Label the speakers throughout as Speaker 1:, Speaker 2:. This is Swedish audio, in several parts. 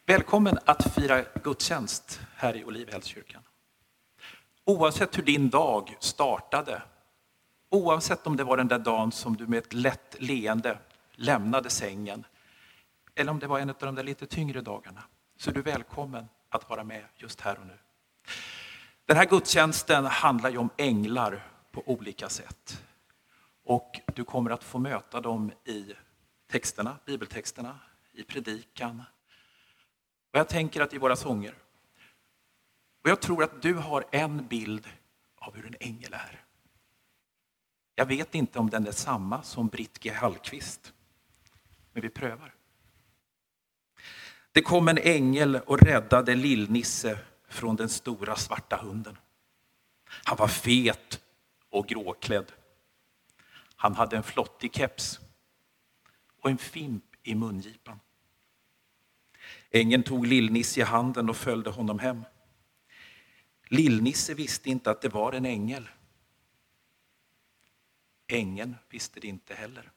Speaker 1: Välkommen att fira gudstjänst här i Olivhällskyrkan. Oavsett hur din dag startade, oavsett om det var den där dagen som du med ett lätt leende lämnade sängen, eller om det var en av de där lite tyngre dagarna, så är du välkommen att vara med just här och nu. Den här gudstjänsten handlar ju om änglar på olika sätt. Och du kommer att få möta dem i texterna, bibeltexterna, i predikan. Och jag tänker att i våra sånger. Och jag tror att du har en bild av hur en ängel är. Jag vet inte om den är samma som Britt G. Hallqvist. Men vi prövar. Det kom en ängel och räddade Lillnisse från den stora svarta hunden. Han var fet och gråklädd. Han hade en flottig keps och en fimp i mungipan. Ängeln tog Lillnisse i handen och följde honom hem. Lillnisse visste inte att det var en ängel. Ängeln visste det inte heller.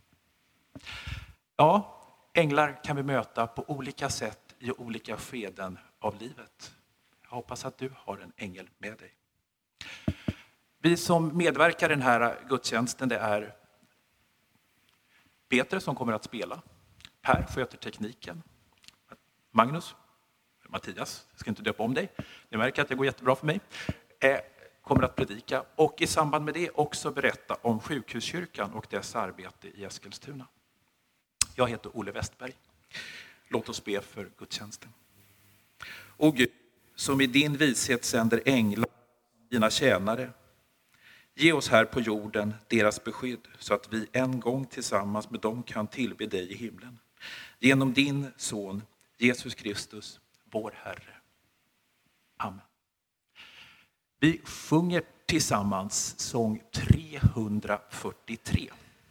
Speaker 1: Ja, änglar kan vi möta på olika sätt i olika skeden av livet. Jag hoppas att du har en ängel med dig. Vi som medverkar i den här gudstjänsten, det är Peter som kommer att spela. Per sköter tekniken. Magnus, Mattias, jag ska inte döpa om dig. Ni märker att det går jättebra för mig. Kommer att predika och i samband med det också berätta om Sjukhuskyrkan och dess arbete i Eskilstuna. Jag heter Olle Westberg. Låt oss be för gudstjänsten. O Gud, som i din vishet sänder änglar, dina tjänare. Ge oss här på jorden deras beskydd så att vi en gång tillsammans med dem kan tillbe dig i himlen. Genom din son Jesus Kristus, vår Herre. Amen. Vi sjunger tillsammans sång 343.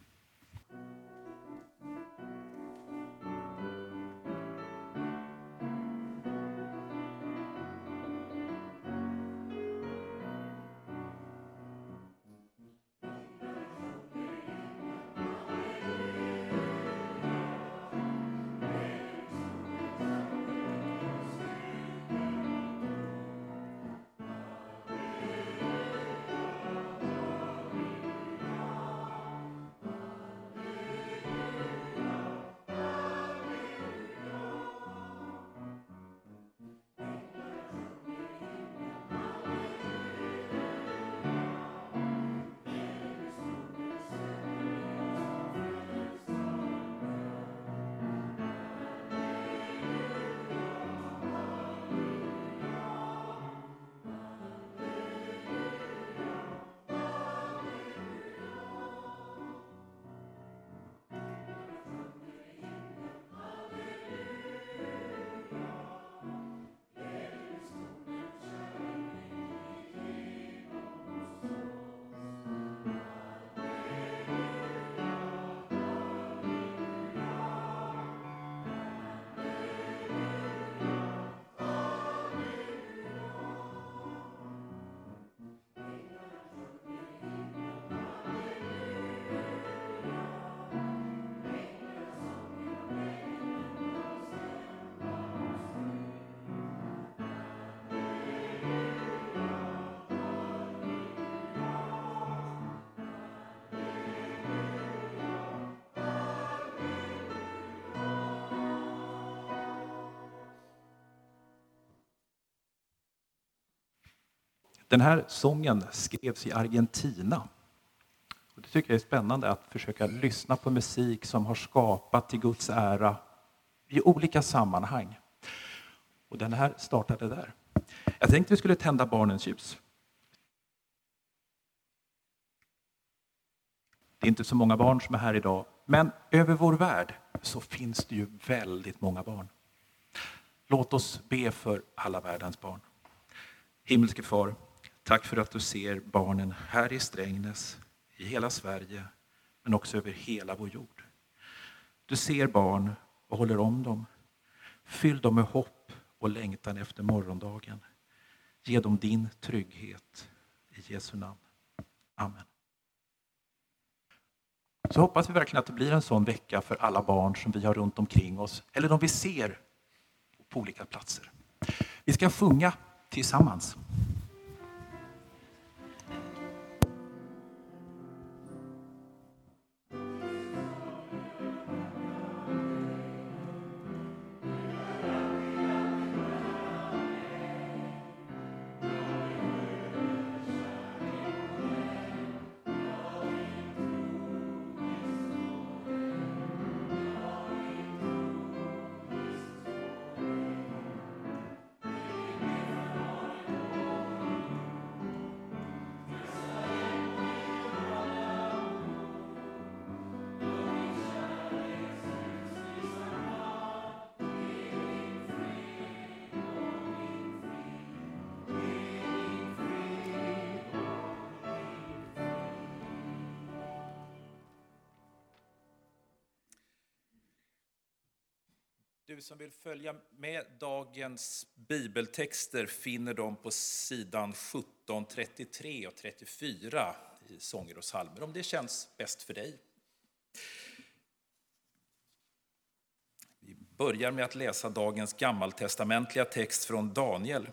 Speaker 1: Den här sången skrevs i Argentina. Och det tycker jag är spännande att försöka lyssna på musik som har skapat till Guds ära i olika sammanhang. Och den här startade där. Jag tänkte vi skulle tända barnens ljus. Det är inte så många barn som är här idag, men över vår värld så finns det ju väldigt många barn. Låt oss be för alla världens barn. Himmelske far, tack för att du ser barnen här i Strängnäs, i hela Sverige, men också över hela vår jord. Du ser barn och håller om dem. Fyll dem med hopp och längtan efter morgondagen. Ge dem din trygghet i Jesu namn. Amen. Så hoppas vi verkligen att det blir en sån vecka för alla barn som vi har runt omkring oss, eller de vi ser på olika platser. Vi ska sjunga tillsammans. Du som vill följa med dagens bibeltexter finner dem på sidan 17, 33 och 34 i Sånger och psalmer, om det känns bäst för dig. Vi börjar med att läsa dagens gammaltestamentliga text från Daniel.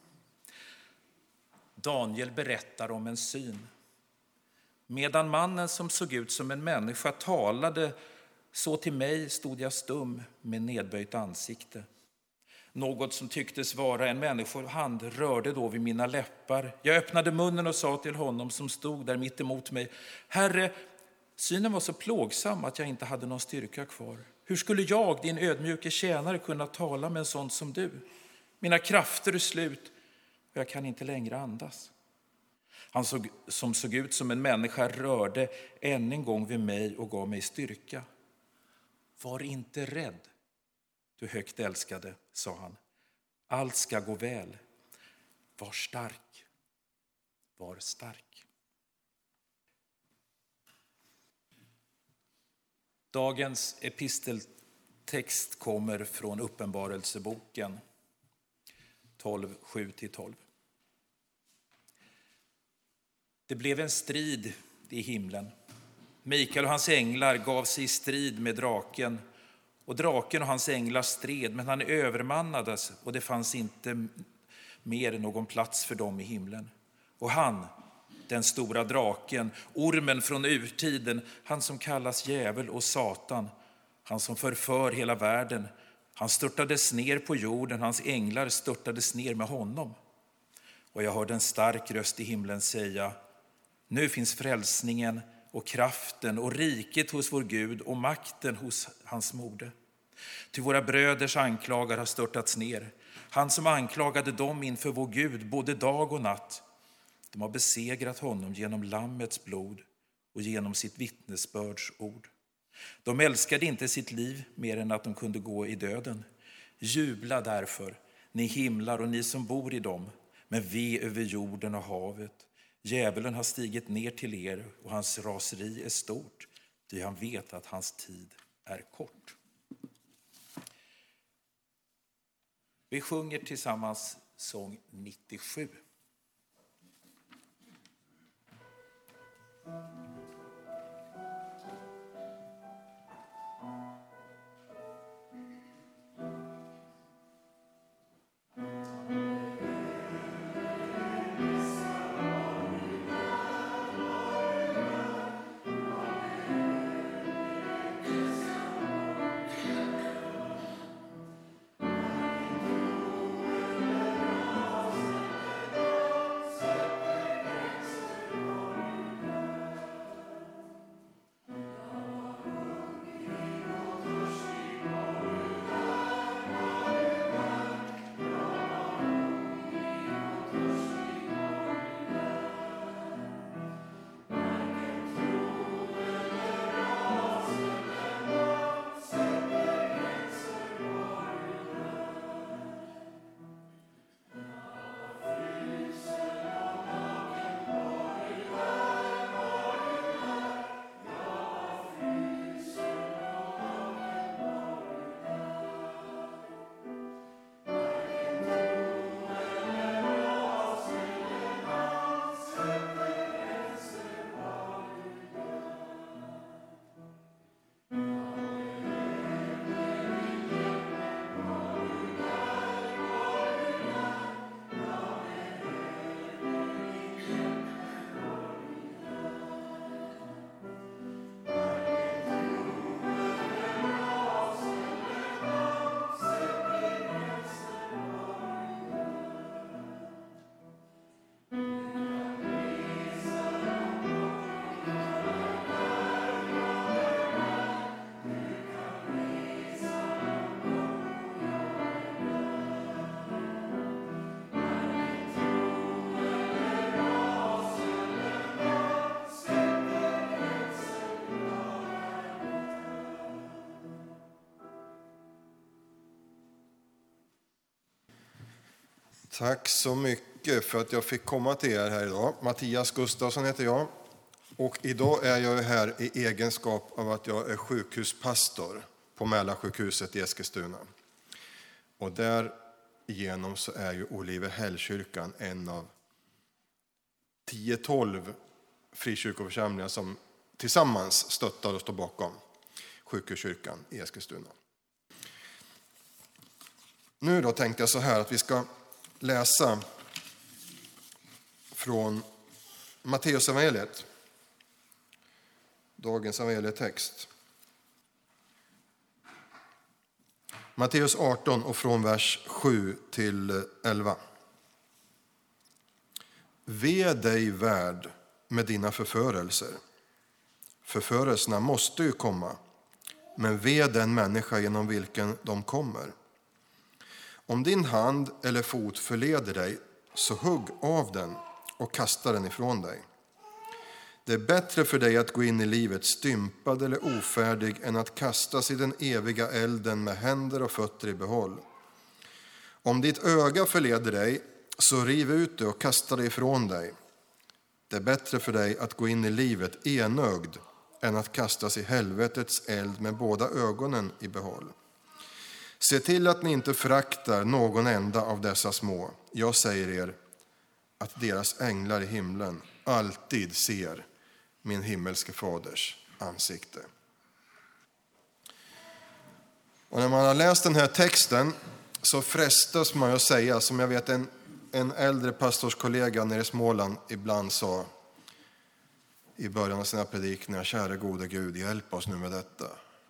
Speaker 1: Daniel berättar om en syn. Medan mannen som såg ut som en människa talade, så till mig stod jag stum med nedböjt ansikte. Något som tycktes vara en människohand rörde då vid mina läppar. Jag öppnade munnen och sa till honom som stod där mitt emot mig: Herre, synen var så plågsam att jag inte hade någon styrka kvar. Hur skulle jag, din ödmjuke tjänare, kunna tala med en sån som du? Mina krafter är slut och jag kan inte längre andas. Han som såg ut som en människa rörde än en gång vid mig och gav mig styrka. Var inte rädd, du högt älskade, sa han. Allt ska gå väl. Var stark. Var stark. Dagens episteltext kommer från Uppenbarelseboken 12, 7-12. Det blev en strid i himlen. Mikael och hans änglar gav sig i strid med draken, och draken och hans änglar stred, men han övermannades och det fanns inte mer någon plats för dem i himlen. Och han, den stora draken, ormen från urtiden, han som kallas djävul och Satan, han som förför hela världen, han störtades ner på jorden, hans änglar störtades ner med honom. Och jag hörde en stark röst i himlen säga: nu finns frälsningen och kraften och riket hos vår Gud och makten hos hans mode. Ty våra bröders anklagare har störtats ner. Han som anklagade dem inför vår Gud både dag och natt. De har besegrat honom genom lammets blod och genom sitt vittnesbörds ord. De älskade inte sitt liv mer än att de kunde gå i döden. Jubla därför, ni himlar och ni som bor i dem, men ve över jorden och havet. Djävulen har stigit ner till er och hans raseri är stort, ty han vet att hans tid är kort. Vi sjunger tillsammans sång 97.
Speaker 2: Tack så mycket för att jag fick komma till er här idag. Mattias Gustafsson heter jag. Och idag är jag här i egenskap av att jag är sjukhuspastor på Mälarsjukhuset i Eskilstuna. Och därigenom så är ju Olivehällskyrkan en av 10-12 frikyrkoförsamlingar som tillsammans stöttar och står bakom sjukhuskyrkan i Eskilstuna. Nu då tänkte jag så här att vi ska läsa från Matteusevangeliet, dagens evangelietext. Matteus 18 och från vers 7 till 11. Ve dig värld med dina förförelser. Förförelserna måste ju komma, men ve den människa genom vilken de kommer. Om din hand eller fot förleder dig, så hugg av den och kasta den ifrån dig. Det är bättre för dig att gå in i livet stympad eller ofärdig än att kastas i den eviga elden med händer och fötter i behåll. Om ditt öga förleder dig, så riv ut det och kasta det ifrån dig. Det är bättre för dig att gå in i livet enögd än att kastas i helvetets eld med båda ögonen i behåll. Se till att ni inte föraktar någon enda av dessa små. Jag säger er att deras änglar i himlen alltid ser min himmelske faders ansikte. Och när man har läst den här texten så frestas man att säga, som jag vet en äldre pastorskollega nere i Småland ibland sa i början av sina predikningar: kära gode Gud, hjälp oss nu med detta.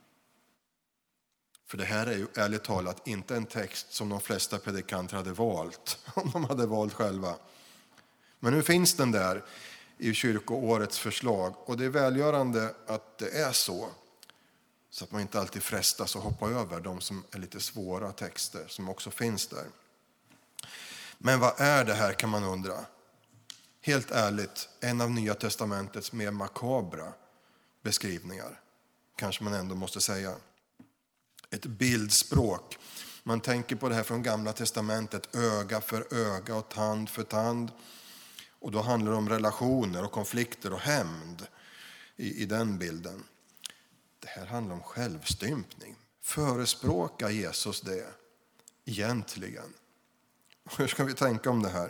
Speaker 2: För det här är ju ärligt talat inte en text som de flesta predikanter hade valt, om de hade valt själva. Men nu finns den där i kyrkoårets förslag, och det är välgörande att det är så att man inte alltid frestas att hoppa över de som är lite svåra texter som också finns där. Men vad är det här, kan man undra? Helt ärligt, en av Nya testamentets mer makabra beskrivningar, kanske man ändå måste säga. Ett bildspråk. Man tänker på det här från Gamla testamentet, öga för öga och tand för tand. Och då handlar det om relationer och konflikter och hämnd i den bilden. Det här handlar om självstympning. Förespråkar Jesus det egentligen? Hur ska vi tänka om det här?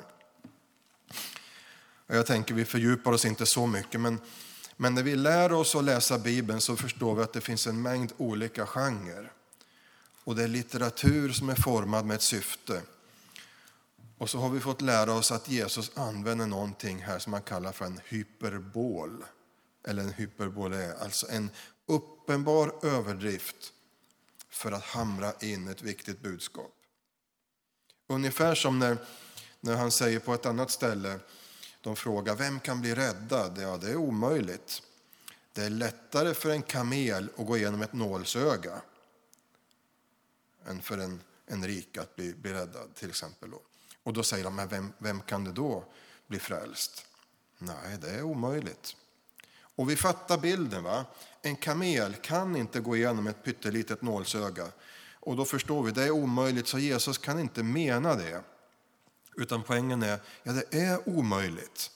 Speaker 2: Jag tänker vi fördjupar oss inte så mycket, men när vi lär oss att läsa Bibeln så förstår vi att det finns en mängd olika genrer. Och det är litteratur som är formad med ett syfte. Och så har vi fått lära oss att Jesus använder någonting här som man kallar för en hyperbol. Eller en hyperbole, alltså en uppenbar överdrift för att hamra in ett viktigt budskap. Ungefär som när han säger på ett annat ställe, de frågar vem kan bli räddad? Ja, det är omöjligt. Det är lättare för en kamel att gå igenom ett nålsöga än för en rik att bli räddad till exempel. Och då säger de, men vem kan det då bli frälst? Nej, det är omöjligt. Och vi fattar bilden, va? En kamel kan inte gå igenom ett pyttelitet nålsöga. Och då förstår vi, det är omöjligt, så Jesus kan inte mena det. Utan poängen är, ja, det är omöjligt.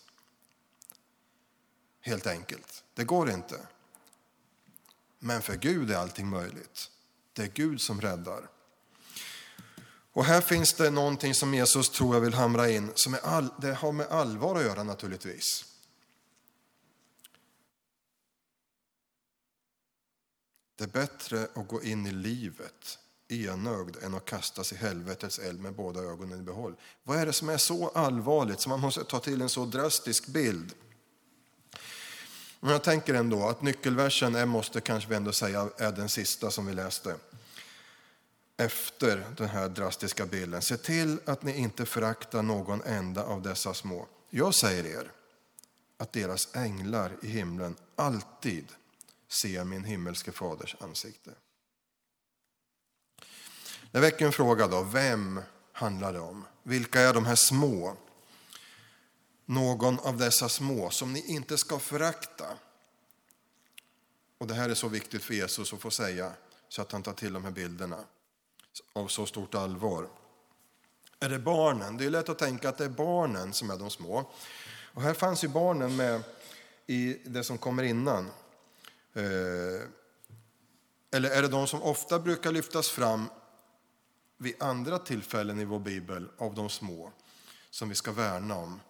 Speaker 2: Helt enkelt. Det går inte. Men för Gud är allting möjligt. Det är Gud som räddar. Och här finns det någonting som Jesus tror jag vill hamra in. Det har med allvar att göra naturligtvis. Det är bättre att gå in i livet enögd än att kastas i helvetets eld med båda ögonen i behåll. Vad är det som är så allvarligt som man måste ta till en så drastisk bild? Men jag tänker ändå att nyckelversen måste kanske vi ändå säga är den sista som vi läste. Efter den här drastiska bilden. Se till att ni inte föraktar någon enda av dessa små. Jag säger er att deras änglar i himlen alltid ser min himmelske faders ansikte. Det väcker en fråga då. Vem handlar det om? Vilka är de här små? Någon av dessa små som ni inte ska förakta. Och det här är så viktigt för Jesus att få säga så att han tar till de här bilderna av så stort allvar. Är det barnen? Det är lätt att tänka att det är barnen som är de små. Och här fanns ju barnen med i det som kommer innan. Eller är det de som ofta brukar lyftas fram vid andra tillfällen i vår bibel av de små som vi ska värna om?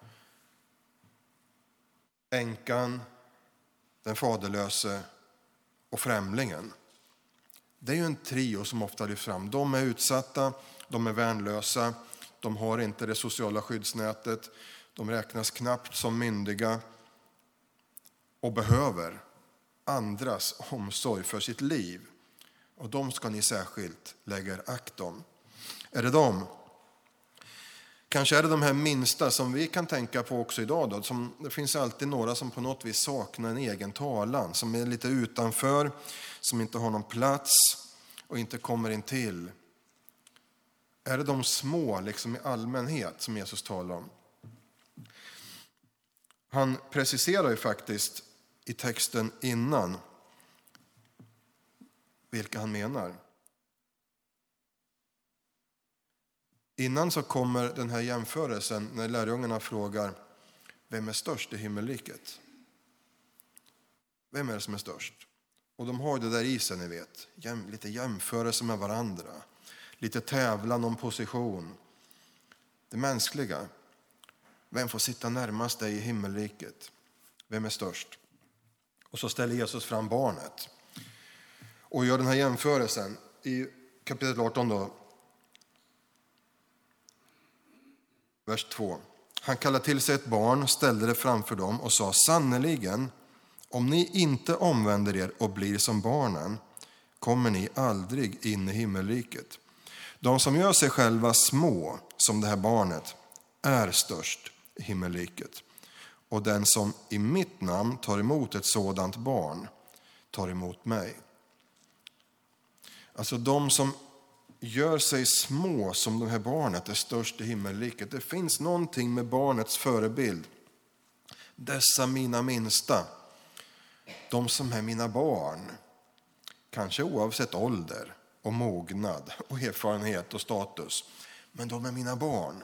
Speaker 2: Änkan, den faderlöse och främlingen. Det är ju en trio som ofta lyfts fram. De är utsatta, de är värnlösa, de har inte det sociala skyddsnätet, de räknas knappt som myndiga och behöver andras omsorg för sitt liv. Och de ska ni särskilt lägga akt om. Är det de? Kanske är det de här minsta som vi kan tänka på också idag. Då. Det finns alltid några som på något vis saknar en egen talan. Som är lite utanför, som inte har någon plats och inte kommer in till. Är det de små liksom i allmänhet som Jesus talar om? Han preciserar ju faktiskt i texten innan vilka han menar. Innan så kommer den här jämförelsen när lärjungarna frågar: vem är störst i himmelriket? Vem är det som är störst? Och de har ju det där i sig, ni vet. Lite jämförelse med varandra. Lite tävlan om position. Det mänskliga. Vem får sitta närmast dig i himmelriket? Vem är störst? Och så ställer Jesus fram barnet. Och gör den här jämförelsen. I kapitel 18 då. Vers 2. Han kallade till sig ett barn, ställde det framför dem och sa: sannoliken, om ni inte omvänder er och blir som barnen, kommer ni aldrig in i himmelriket. De som gör sig själva små, som det här barnet, är störst i himmelriket. Och den som i mitt namn tar emot ett sådant barn, tar emot mig. Alltså de som gör sig små som det här barnet är störst i himmelriket. Det finns någonting med barnets förebild. Dessa mina minsta, de som är mina barn, kanske oavsett ålder och mognad och erfarenhet och status, men de är mina barn.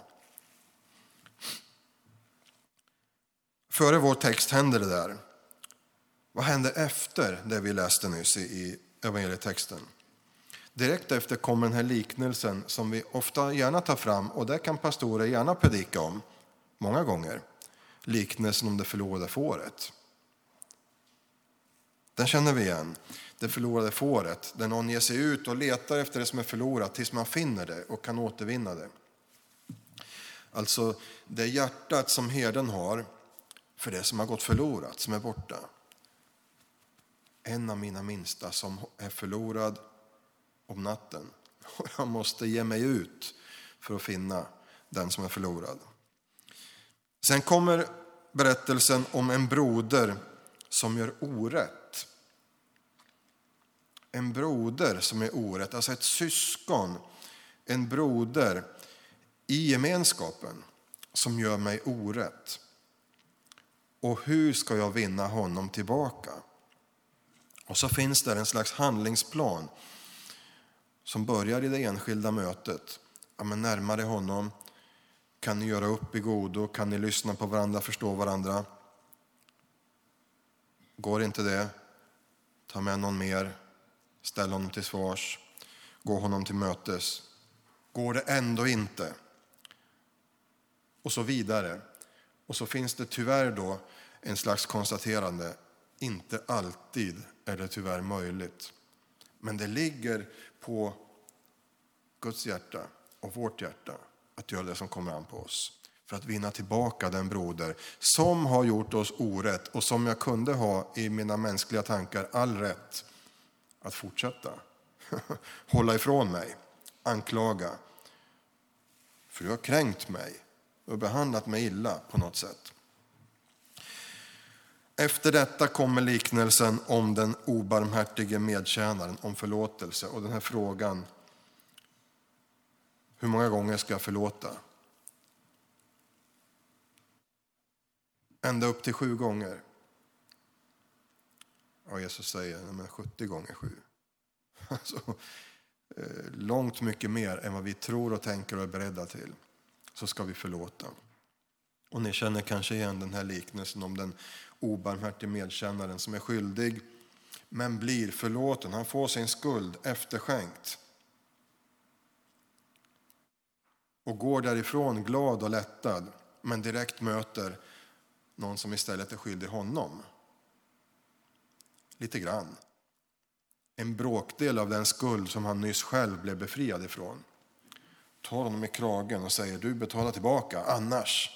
Speaker 2: Före vår text händer det där. Vad händer efter det vi läste nyss i evangelietexten? Direkt efter kommer den här liknelsen som vi ofta gärna tar fram, och där kan pastorer gärna predika om många gånger. Liknelsen om det förlorade fåret. Den känner vi igen. Det förlorade fåret, där någon ger sig ut och letar efter det som är förlorat tills man finner det och kan återvinna det. Alltså det hjärtat som herden har för det som har gått förlorat, som är borta. En av mina minsta som är förlorad om natten. Jag måste ge mig ut för att finna den som är förlorad. Sen kommer berättelsen om en broder som gör orätt. En broder som är orätt, alltså ett syskon. En broder i gemenskapen som gör mig orätt. Och hur ska jag vinna honom tillbaka? Och så finns det en slags handlingsplan som börjar i det enskilda mötet. Ja, men närmare honom. Kan ni göra upp i godo? Kan ni lyssna på varandra, förstå varandra? Går inte det? Ta med någon mer. Ställ honom till svars. Gå honom till mötes. Går det ändå inte? Och så vidare. Och så finns det tyvärr då en slags konstaterande. Inte alltid är det tyvärr möjligt. Men det ligger på Guds hjärta och vårt hjärta att göra det som kommer an på oss. För att vinna tillbaka den broder som har gjort oss orätt och som jag kunde ha i mina mänskliga tankar all rätt att fortsätta. Hålla ifrån mig, anklaga. För du har kränkt mig och behandlat mig illa på något sätt. Efter detta kommer liknelsen om den obarmhärtige medtjänaren, om förlåtelse. Och den här frågan, hur många gånger ska jag förlåta? Ända upp till 7 gånger. Och Jesus säger, men 70 gånger 7. Alltså, långt mycket mer än vad vi tror och tänker och är beredda till. så ska vi förlåta. Och ni känner kanske igen den här liknelsen om den obarmhärtige medkännaren som är skyldig men blir förlåten. Han får sin skuld efterskänkt och går därifrån glad och lättad, men direkt möter någon som istället är skyldig honom. Lite grann. En bråkdel av den skuld som han nyss själv blev befriad ifrån. Tar honom i kragen och säger: du betalar tillbaka, annars.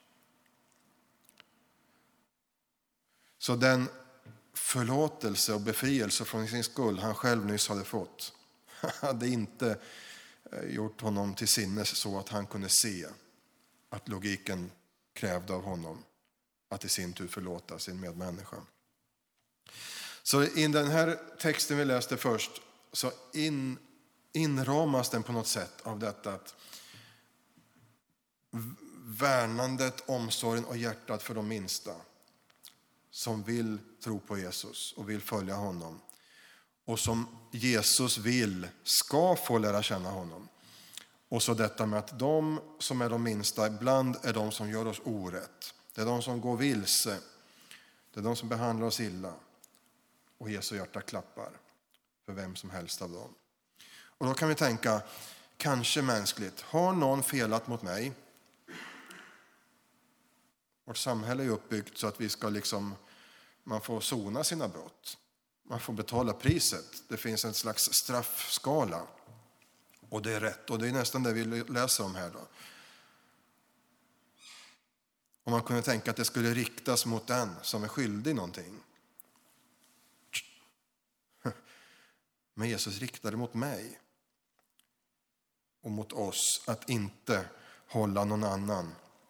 Speaker 2: Så den förlåtelse och befrielse från sin skuld han själv nyss hade fått hade inte gjort honom till sinnes så att han kunde se att logiken krävde av honom att i sin tur förlåta sin medmänniska. Så i den här texten vi läste först så inramas den på något sätt av detta att värnandet, omsorgen och hjärtat för de minsta som vill tro på Jesus och vill följa honom och som Jesus vill ska få lära känna honom. Och så detta med att de som är de minsta ibland är de som gör oss orätt. Det är de som går vilse. Det är de som behandlar oss illa. Och Jesu hjärta klappar för vem som helst av dem. Och då kan vi tänka, kanske mänskligt, har någon felat mot mig? Vårt samhälle är uppbyggt så att vi ska man får sona sina brott. Man får betala priset. Det finns en slags straffskala. Och det är rätt. Och det är nästan det vi läser om här då. Om man kunde tänka att det skulle riktas mot den som är skyldig någonting. Men Jesus riktade mot mig och mot oss att inte hålla någon annan.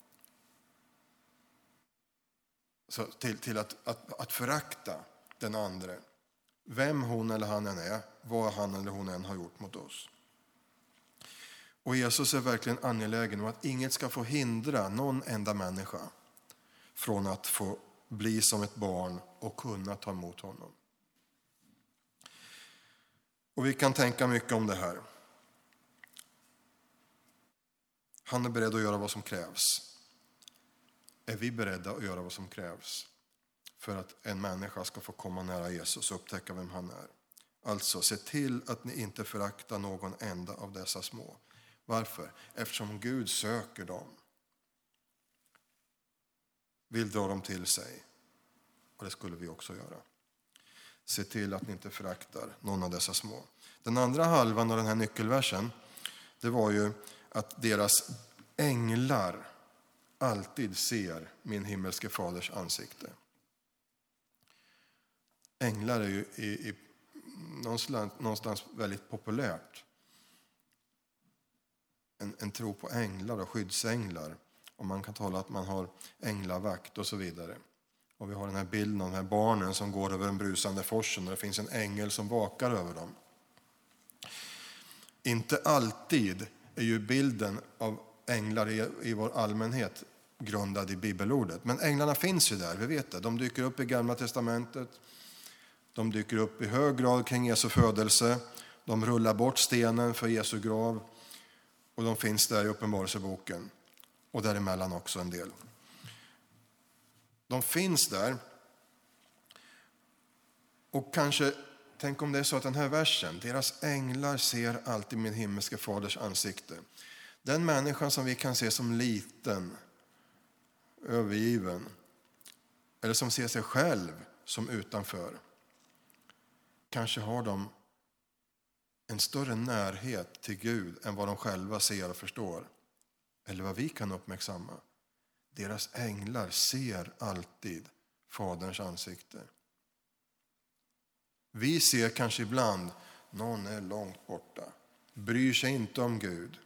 Speaker 2: Så till att förakta den andre. Vem hon eller han än är, vad han eller hon än har gjort mot oss. Och Jesus är verkligen angelägen om att inget ska få hindra någon enda människa från att få bli som ett barn och kunna ta emot honom. Och vi kan tänka mycket om det här. Han är beredd att göra vad som krävs. Är vi beredda att göra vad som krävs för att en människa ska få komma nära Jesus och upptäcka vem han är? Alltså, se till att ni inte föraktar någon enda av dessa små. Varför? Eftersom Gud söker dem. Vill dra dem till sig. Och det skulle vi också göra. Se till att ni inte föraktar någon av dessa små. Den andra halvan av den här nyckelversen, det var ju att deras änglar alltid ser min himmelske faders ansikte. Änglar är ju någonstans väldigt populärt. En tro på änglar och skyddsänglar. Och man kan tala att man har änglavakt och så vidare. Och vi har den här bilden av de här barnen som går över en brusande forsen och det finns en ängel som vakar över dem. Inte alltid är ju bilden av änglar i vår allmänhet grundad i bibelordet. Men änglarna finns ju där, vi vet det. De dyker upp i Gamla testamentet. De dyker upp i hög grad kring Jesu födelse. De rullar bort stenen för Jesu grav. Och de finns där i Uppenbarelseboken. Och däremellan också en del. De finns där. Och kanske, tänk om det är så att den här versen, deras änglar ser alltid min himmelske faders ansikte. Den människan som vi kan se som liten, övergiven, eller som ser sig själv som utanför, kanske har de en större närhet till Gud än vad de själva ser och förstår. Eller vad vi kan uppmärksamma. Deras änglar ser alltid faderns ansikte. Vi ser kanske ibland någon är långt borta. Bryr sig inte om Gud.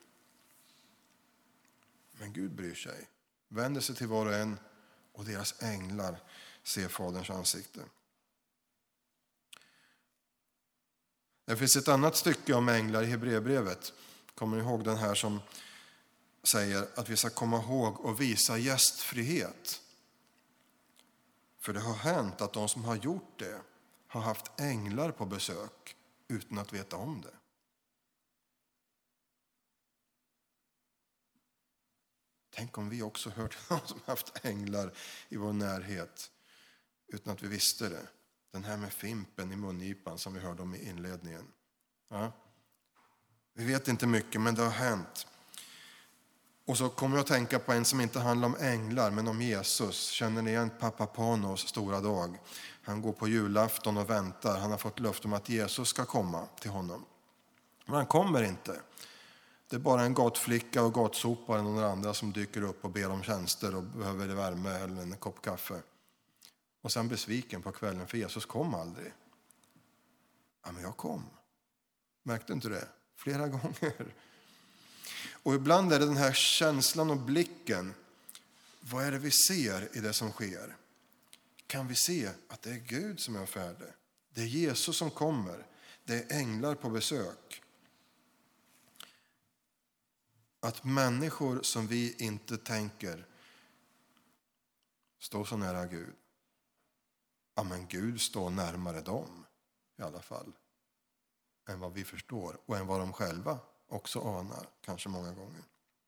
Speaker 2: Men Gud bryr sig. Vänder sig till var och en och deras änglar ser faderns ansikte. Det finns ett annat stycke om änglar i Hebreerbrevet. Kommer ni ihåg den här som säger att vi ska komma ihåg och visa gästfrihet. För det har hänt att de som har gjort det har haft änglar på besök utan att veta om det. Tänk om vi också hört någon som haft änglar i vår närhet utan att vi visste det. Den här med fimpen i mungipan som vi hörde om i inledningen. Ja. Vi vet inte mycket, men det har hänt. Och så kommer jag att tänka på en som inte handlar om änglar, men om Jesus. Känner ni igen pappa Panos stora dag? Han går på julafton och väntar. Han har fått löfte om att Jesus ska komma till honom. Men han kommer inte. Det är bara en gatflicka och gatsopare och några andra som dyker upp och ber om tjänster och behöver värme eller en kopp kaffe. Och sen besviken på kvällen, för Jesus kom aldrig. Ja, men jag kom. Märkte inte det? Flera gånger. Och ibland är det den här känslan och blicken. Vad är det vi ser i det som sker? Kan vi se att det är Gud som är färdig? Det är Jesus som kommer. Det är änglar på besök. Att människor som vi inte tänker står så nära Gud. Ja, men Gud står närmare dem i alla fall. Än vad vi förstår och än vad de själva också anar, kanske många gånger.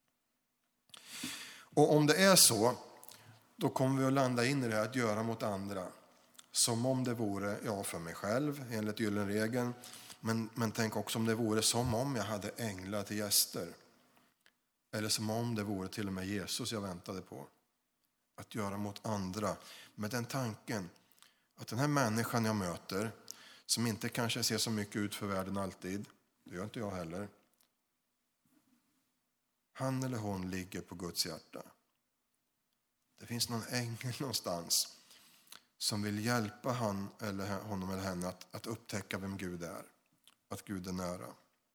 Speaker 2: Och om det är så, då kommer vi att landa in i det här att göra mot andra. Som om det vore jag för mig själv, enligt gyllenregeln. Men tänk också om det vore som om jag hade änglar till gäster. Eller som om det vore till och med Jesus jag väntade på. Att göra mot andra. Med den tanken att den här människan jag möter, som inte kanske ser så mycket ut för världen alltid, det gör inte jag heller. Han eller hon ligger på Guds hjärta. Det finns någon ängel någonstans som vill hjälpa honom eller henne att upptäcka vem Gud är. Att Gud är nära.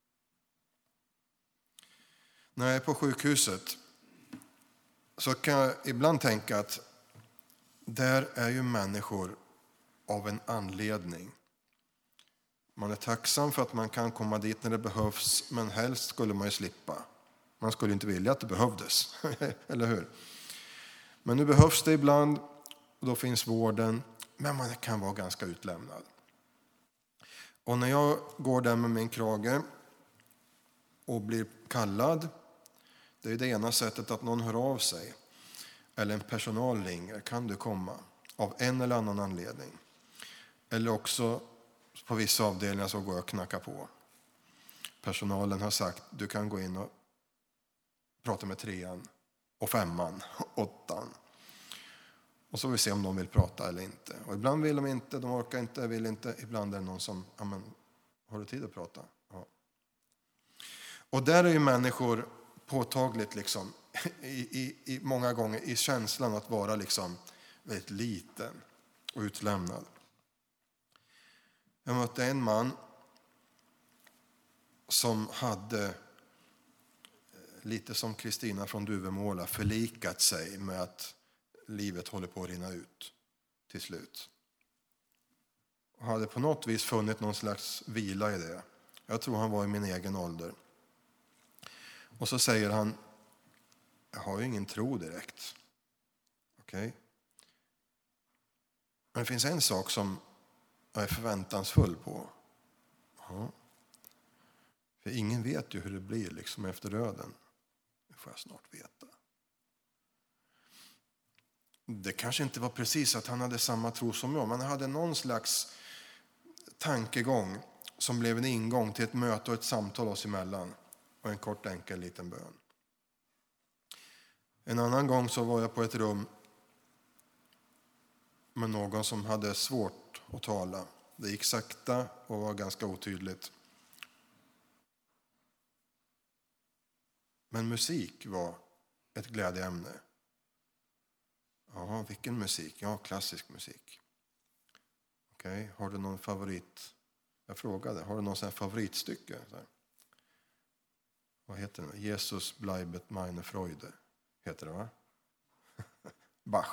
Speaker 2: När jag är på sjukhuset så kan jag ibland tänka att där är ju människor av en anledning. Man är tacksam för att man kan komma dit när det behövs, men helst skulle man ju slippa. Man skulle inte vilja att det behövdes, eller hur? Men nu behövs det ibland, och då finns vården, men man kan vara ganska utlämnad. Och när jag går där med min krage och blir kallad, det är det ena sättet att någon hör av sig. Eller en personal ringer, kan du komma? Av en eller annan anledning. Eller också på vissa avdelningar så går jag och knackar på. Personalen har sagt, du kan gå in och prata med 3:an och 5:an, 8:an. Och så vill vi se om de vill prata eller inte. Och ibland vill de inte, de orkar inte, vill inte. Ibland är det någon som, har du tid att prata? Ja. Och där är ju människor påtagligt liksom, i många gånger i känslan att vara liksom väldigt liten och utlämnad. Jag mötte en man som hade, lite som Kristina från Duvemåla, förlikat sig med att livet håller på att rinna ut till slut. Och hade på något vis funnit någon slags vila i det. Jag tror han var i min egen ålder. Och så säger han, jag har ju ingen tro direkt. Okej. Men det finns en sak som jag är förväntansfull på. Ja. För ingen vet ju hur det blir liksom efter döden. Det får jag snart veta. Det kanske inte var precis att han hade samma tro som jag, men han hade någon slags tankegång som blev en ingång till ett möte och ett samtal oss emellan. Och en kort enkel liten bön. En annan gång så var jag på ett rum med någon som hade svårt att tala. Det gick sakta och var ganska otydligt. Men musik var ett glädjeämne. Ja, vilken musik? Ja, klassisk musik. Okej, har du någon favorit? Jag frågade, har du någon sån här favoritstycke? Så här. Vad heter det? Jesus bleibet meine Freude. Heter det, va? Bach.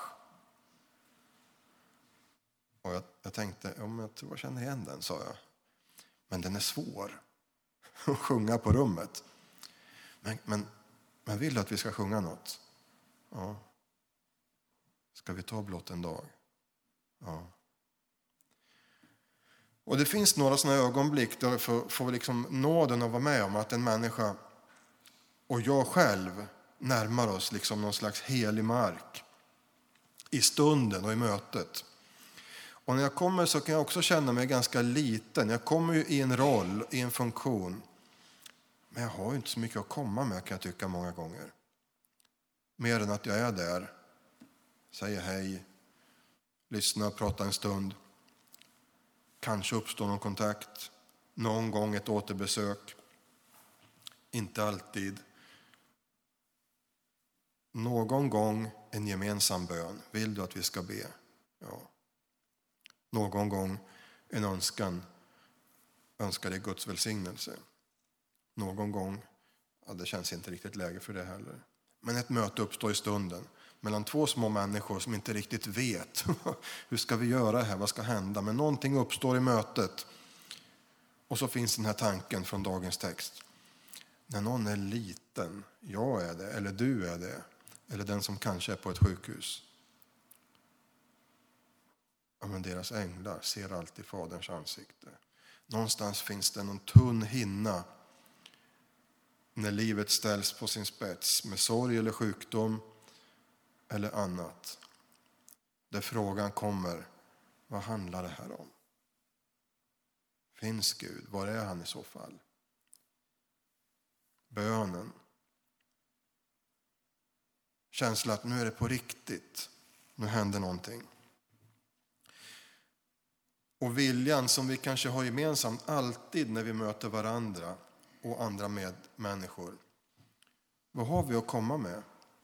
Speaker 2: Och jag tänkte, jag tror jag känner igen den, sa jag. Men den är svår att sjunga på rummet. Men vill att vi ska sjunga något? Ja. Ska vi ta blott en dag? Ja. Och det finns några sådana ögonblick där får liksom nåden att vara med om att en människa och jag själv närmar oss liksom någon slags helig mark i stunden och i mötet. Och när jag kommer så kan jag också känna mig ganska liten. Jag kommer ju i en roll, i en funktion. Men jag har ju inte så mycket att komma med, kan jag tycka många gånger. Mer än att jag är där, säger hej, lyssnar, pratar en stund. Kanske uppstår någon kontakt, någon gång ett återbesök. Inte alltid. Någon gång en gemensam bön. Vill du att vi ska be? Ja. Någon gång en önskan. Önskar dig Guds välsignelse. Någon gång, ja, det känns inte riktigt läge för det heller. Men ett möte uppstår i stunden mellan två små människor som inte riktigt vet. Hur ska vi göra här? Vad ska hända? Men någonting uppstår i mötet. Och så finns den här tanken från dagens text. När någon är liten, jag är det, eller du är det, eller den som kanske är på ett sjukhus. Ja, men deras änglar ser alltid Faderns ansikte. Någonstans finns det någon tunn hinna när livet ställs på sin spets med sorg eller sjukdom eller annat. Där frågan kommer, vad handlar det här om? Finns Gud? Var är han i så fall? Bönen. Känslan att nu är det på riktigt. Nu händer någonting. Och viljan som vi kanske har gemensamt alltid när vi möter varandra och andra medmänniskor. Vad har vi att komma med?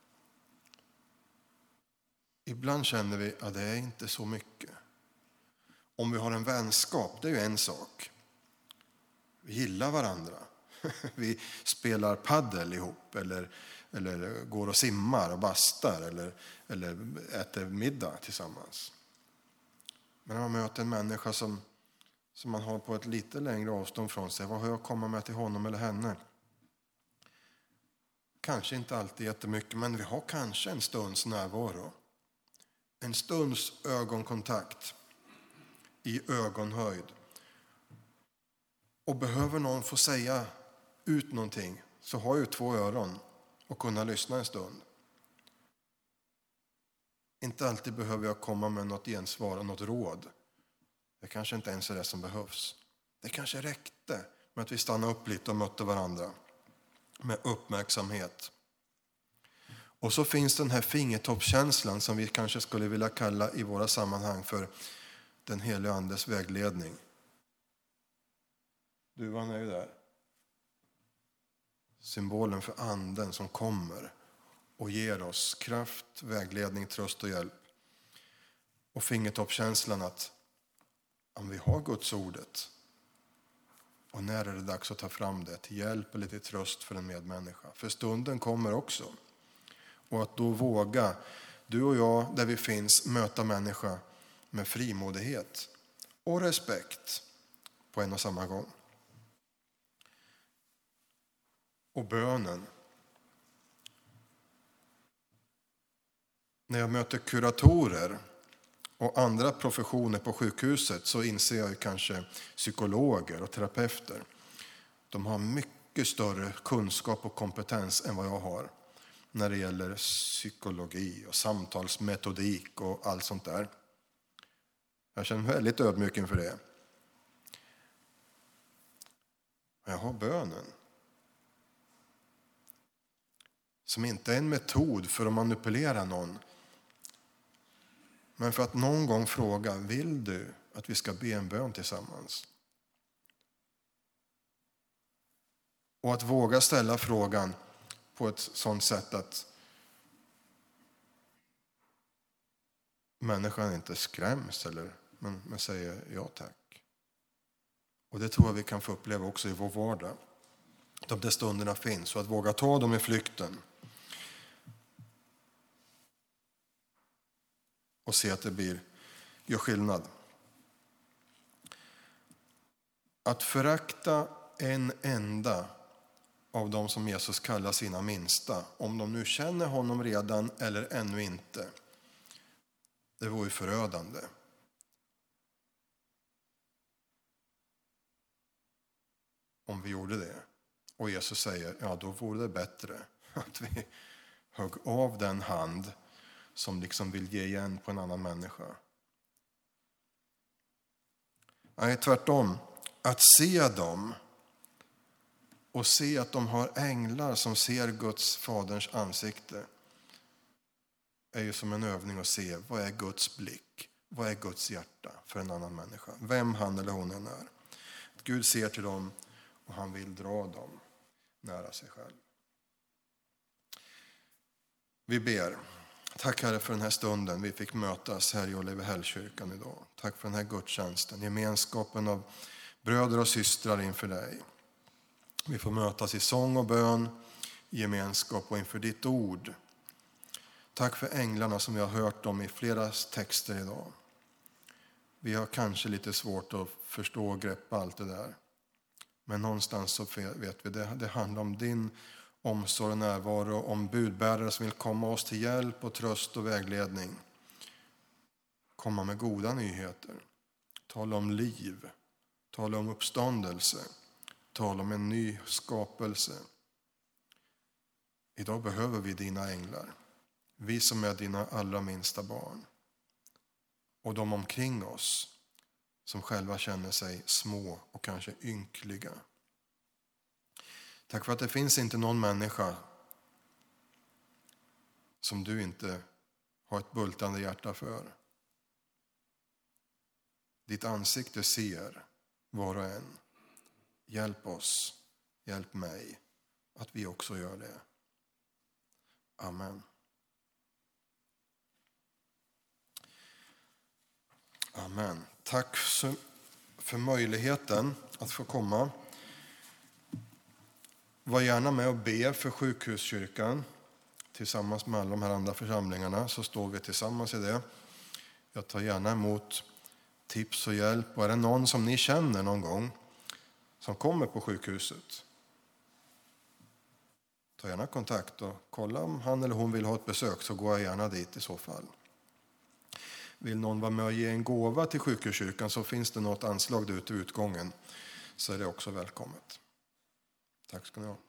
Speaker 2: Ibland känner vi att det är inte så mycket. Om vi har en vänskap, det är ju en sak. Vi gillar varandra. Vi spelar paddel ihop eller går och simmar och bastar eller äter middag tillsammans. Men när man möter en människa som man har på ett lite längre avstånd från sig, vad har jag att komma med till honom eller henne? Kanske inte alltid jättemycket, men vi har kanske en stunds närvaro. En stunds ögonkontakt i ögonhöjd. Och behöver någon få säga ut någonting så har ju 2 öron och kunna lyssna en stund. Inte alltid behöver jag komma med något gensvar och något råd. Det kanske inte ens är det som behövs. Det kanske räckte med att vi stannade upp lite och mötte varandra med uppmärksamhet. Och så finns den här fingertoppskänslan som vi kanske skulle vilja kalla i våra sammanhang för den heliga andes vägledning. Duvan är ju där. Symbolen för anden som kommer och ger oss kraft, vägledning, tröst och hjälp. Och fingertoppskänslan att om vi har Guds ordet och när är det dags att ta fram det till hjälp eller till tröst för en medmänniska. För stunden kommer också. Och att då våga, du och jag, där vi finns, möta människa med frimodighet och respekt på en och samma gång. Och bönen. När jag möter kuratorer och andra professioner på sjukhuset så inser jag ju kanske psykologer och terapeuter. De har mycket större kunskap och kompetens än vad jag har när det gäller psykologi och samtalsmetodik och allt sånt där. Jag känner mig väldigt ödmjuk inför det. Men jag har bönen. Som inte är en metod för att manipulera någon. Men för att någon gång fråga, vill du att vi ska be en bön tillsammans? Och att våga ställa frågan på ett sådant sätt att människan inte skräms men säger ja tack. Och det tror jag vi kan få uppleva också i vår vardag. De där stunderna finns och att våga ta dem i flykten. Och se att det gör skillnad. Att förakta en enda av dem som Jesus kallar sina minsta, om de nu känner honom redan eller ännu inte, det vore ju förödande. Om vi gjorde det. Och Jesus säger, ja då vore det bättre att vi högg av den hand som liksom vill ge igen på en annan människa. Nej, tvärtom. Att se dem och se att de har änglar som ser Guds faderns ansikte är ju som en övning att se vad är Guds blick, vad är Guds hjärta för en annan människa. Vem han eller hon än är. Gud ser till dem och han vill dra dem nära sig själv. Vi ber. Tack Herre för den här stunden vi fick mötas här i Olivehällskyrkan idag. Tack för den här gudstjänsten, gemenskapen av bröder och systrar inför dig. Vi får mötas i sång och bön, i gemenskap och inför ditt ord. Tack för änglarna som vi har hört om i flera texter idag. Vi har kanske lite svårt att förstå och greppa allt det där. Men någonstans så vet vi det handlar om din omsorg och närvaro, om budbärare som vill komma oss till hjälp och tröst och vägledning. Komma med goda nyheter. Tala om liv. Tala om uppståndelse. Tala om en ny skapelse. Idag behöver vi dina änglar. Vi som är dina allra minsta barn. Och de omkring oss som själva känner sig små och kanske ynkliga. Tack för att det finns inte någon människa som du inte har ett bultande hjärta för. Ditt ansikte ser var och en. Hjälp oss, hjälp mig att vi också gör det. Amen. Amen. Tack för möjligheten att få komma. Var gärna med och be för Sjukhuskyrkan. Tillsammans med alla de här andra församlingarna så står vi tillsammans i det. Jag tar gärna emot tips och hjälp. Och är det någon som ni känner någon gång som kommer på sjukhuset, ta gärna kontakt och kolla om han eller hon vill ha ett besök, så går jag gärna dit i så fall. Vill någon vara med och ge en gåva till Sjukhuskyrkan så finns det något anslag där ute i utgången, så är det också välkommet. Tack ska ni ha.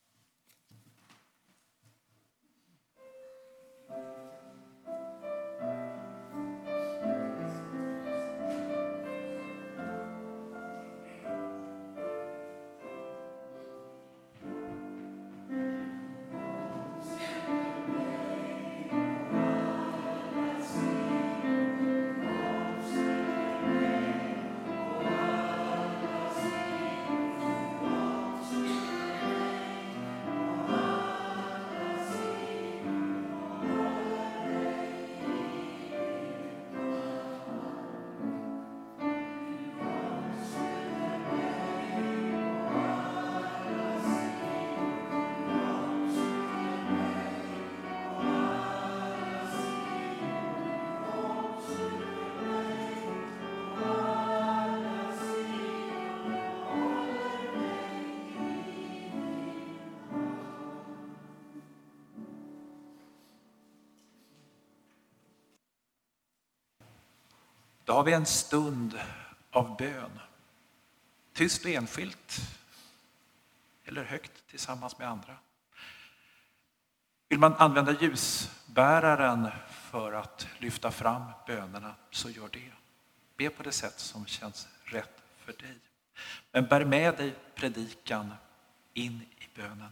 Speaker 1: Då har vi en stund av bön. Tyst och enskilt eller högt tillsammans med andra. Vill man använda ljusbäraren för att lyfta fram bönerna, så gör det. Be på det sätt som känns rätt för dig. Men bär med dig predikan in i bönen.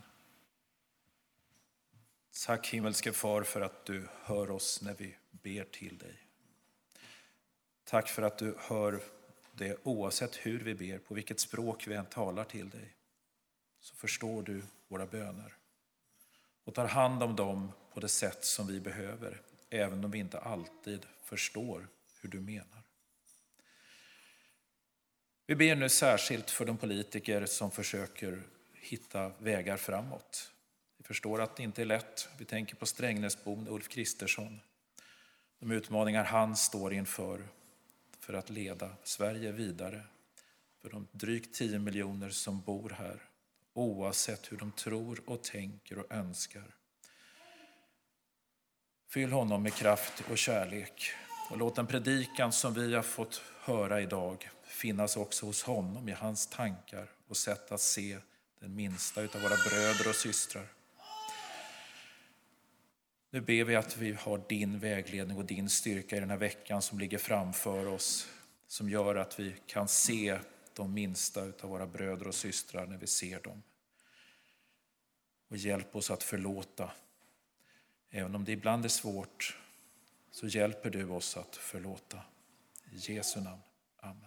Speaker 3: Tack himmelske far för att du hör oss när vi ber till dig. Tack för att du hör det oavsett hur vi ber, på vilket språk vi än talar till dig. Så förstår du våra böner och tar hand om dem på det sätt som vi behöver, även om vi inte alltid förstår hur du menar. Vi ber nu särskilt för de politiker som försöker hitta vägar framåt. Vi förstår att det inte är lätt. Vi tänker på Strängnäsbon Ulf Kristersson. De utmaningar han står inför för att leda Sverige vidare. För de drygt 10 miljoner som bor här. Oavsett hur de tror och tänker och önskar. Fyll honom med kraft och kärlek. Och låt den predikan som vi har fått höra idag finnas också hos honom i hans tankar och sätt att se den minsta utav våra bröder och systrar. Nu ber vi att vi har din vägledning och din styrka i den här veckan som ligger framför oss, som gör att vi kan se de minsta av våra bröder och systrar när vi ser dem. Och hjälp oss att förlåta. Även om det ibland är svårt så hjälper du oss att förlåta. I Jesu namn. Amen.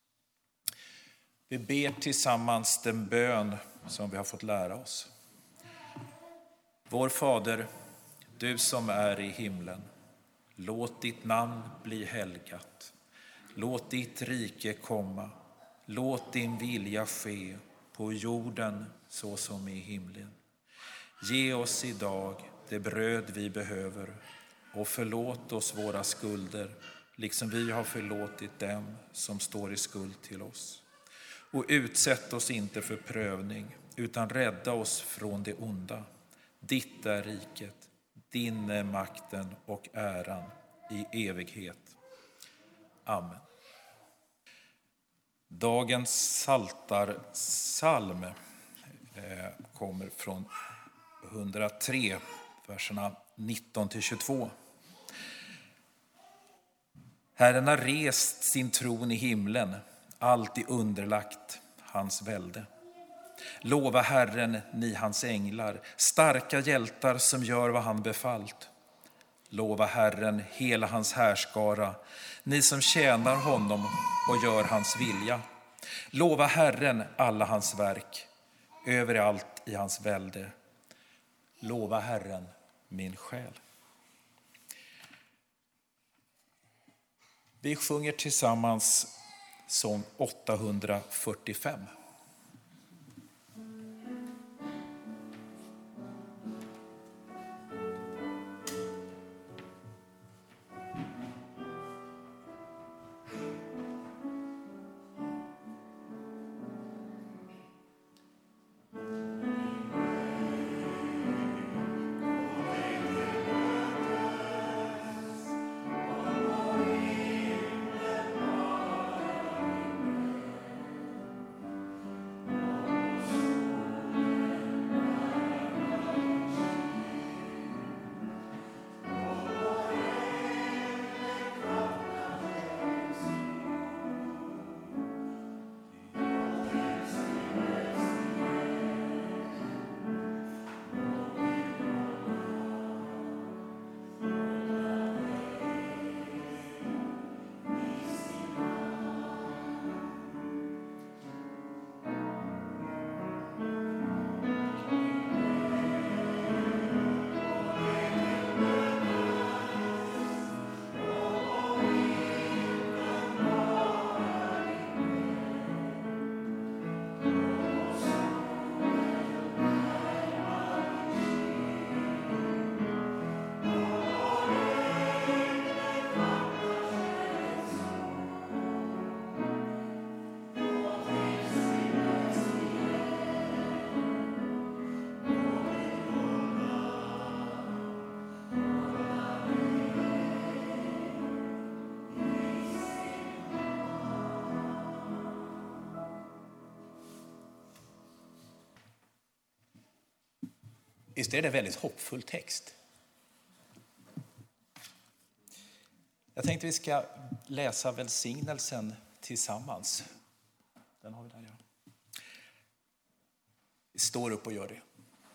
Speaker 3: Vi ber tillsammans den bön som vi har fått lära oss. Vår Fader, du som är i himlen, låt ditt namn bli helgat. Låt ditt rike komma. Låt din vilja ske på jorden så som i himlen. Ge oss idag det bröd vi behöver och förlåt oss våra skulder liksom vi har förlåtit dem som står i skuld till oss. Och utsätt oss inte för prövning utan rädda oss från det onda. Ditt är riket, din är makten och äran i evighet. Amen. Dagens psaltarpsalm kommer från 103, verserna 19-22. Herren har rest sin tron i himlen, allt är underlagt hans välde. Lova Herren, ni hans änglar, starka hjältar som gör vad han befallt. Lova Herren, hela hans härskara, ni som tjänar honom och gör hans vilja. Lova Herren alla hans verk, överallt i hans välde. Lova Herren, min själ. Vi sjunger tillsammans sång 845. Visst är det en väldigt hoppfull text. Jag tänkte vi ska läsa välsignelsen tillsammans. Den har vi där, ja. Vi står upp och gör det.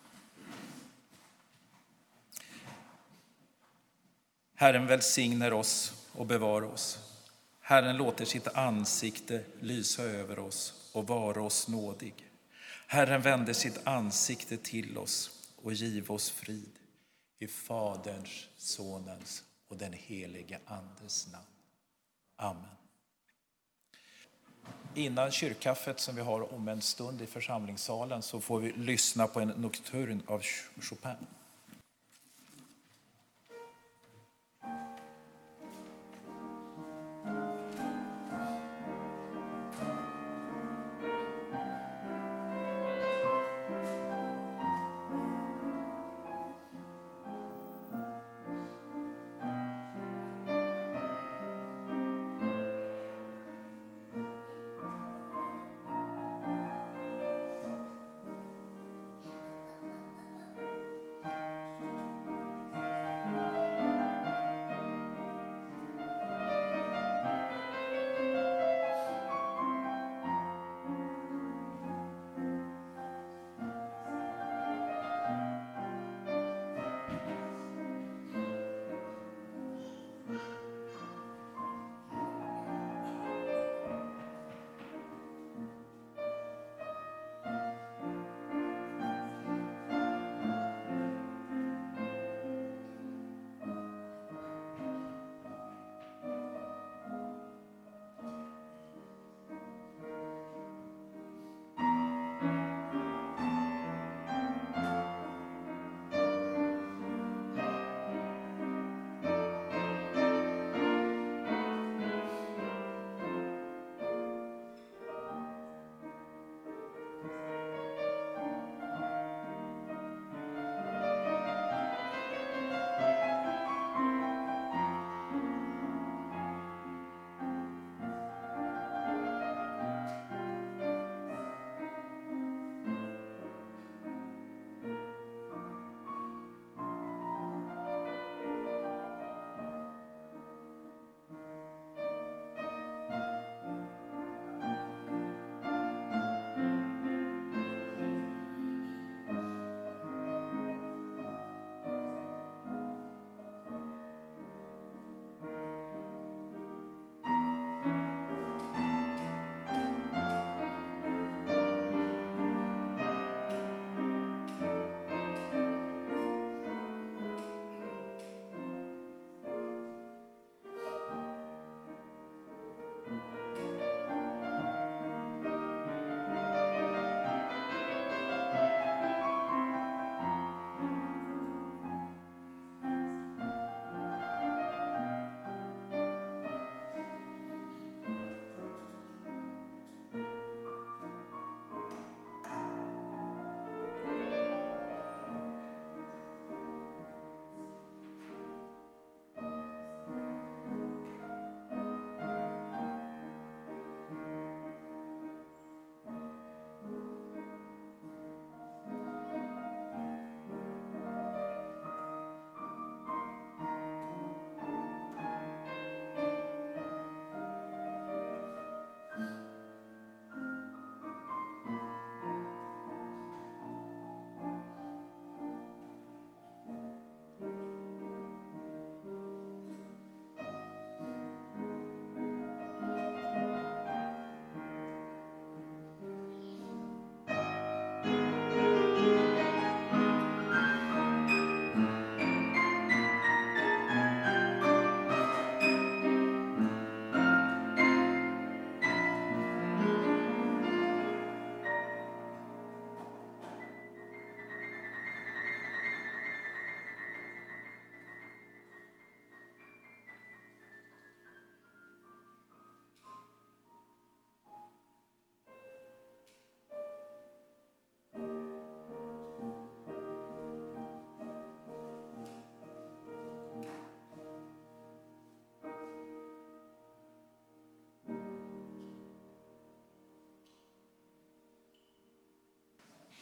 Speaker 3: Herren välsignar oss och bevarar oss. Herren låter sitt ansikte lysa över oss och vara oss nådig. Herren vänder sitt ansikte till oss och giv oss frid i Faderns, Sonens och den helige Andes namn. Amen. Innan kyrkkaffet som vi har om en stund i församlingssalen så får vi lyssna på en nocturn av Chopin.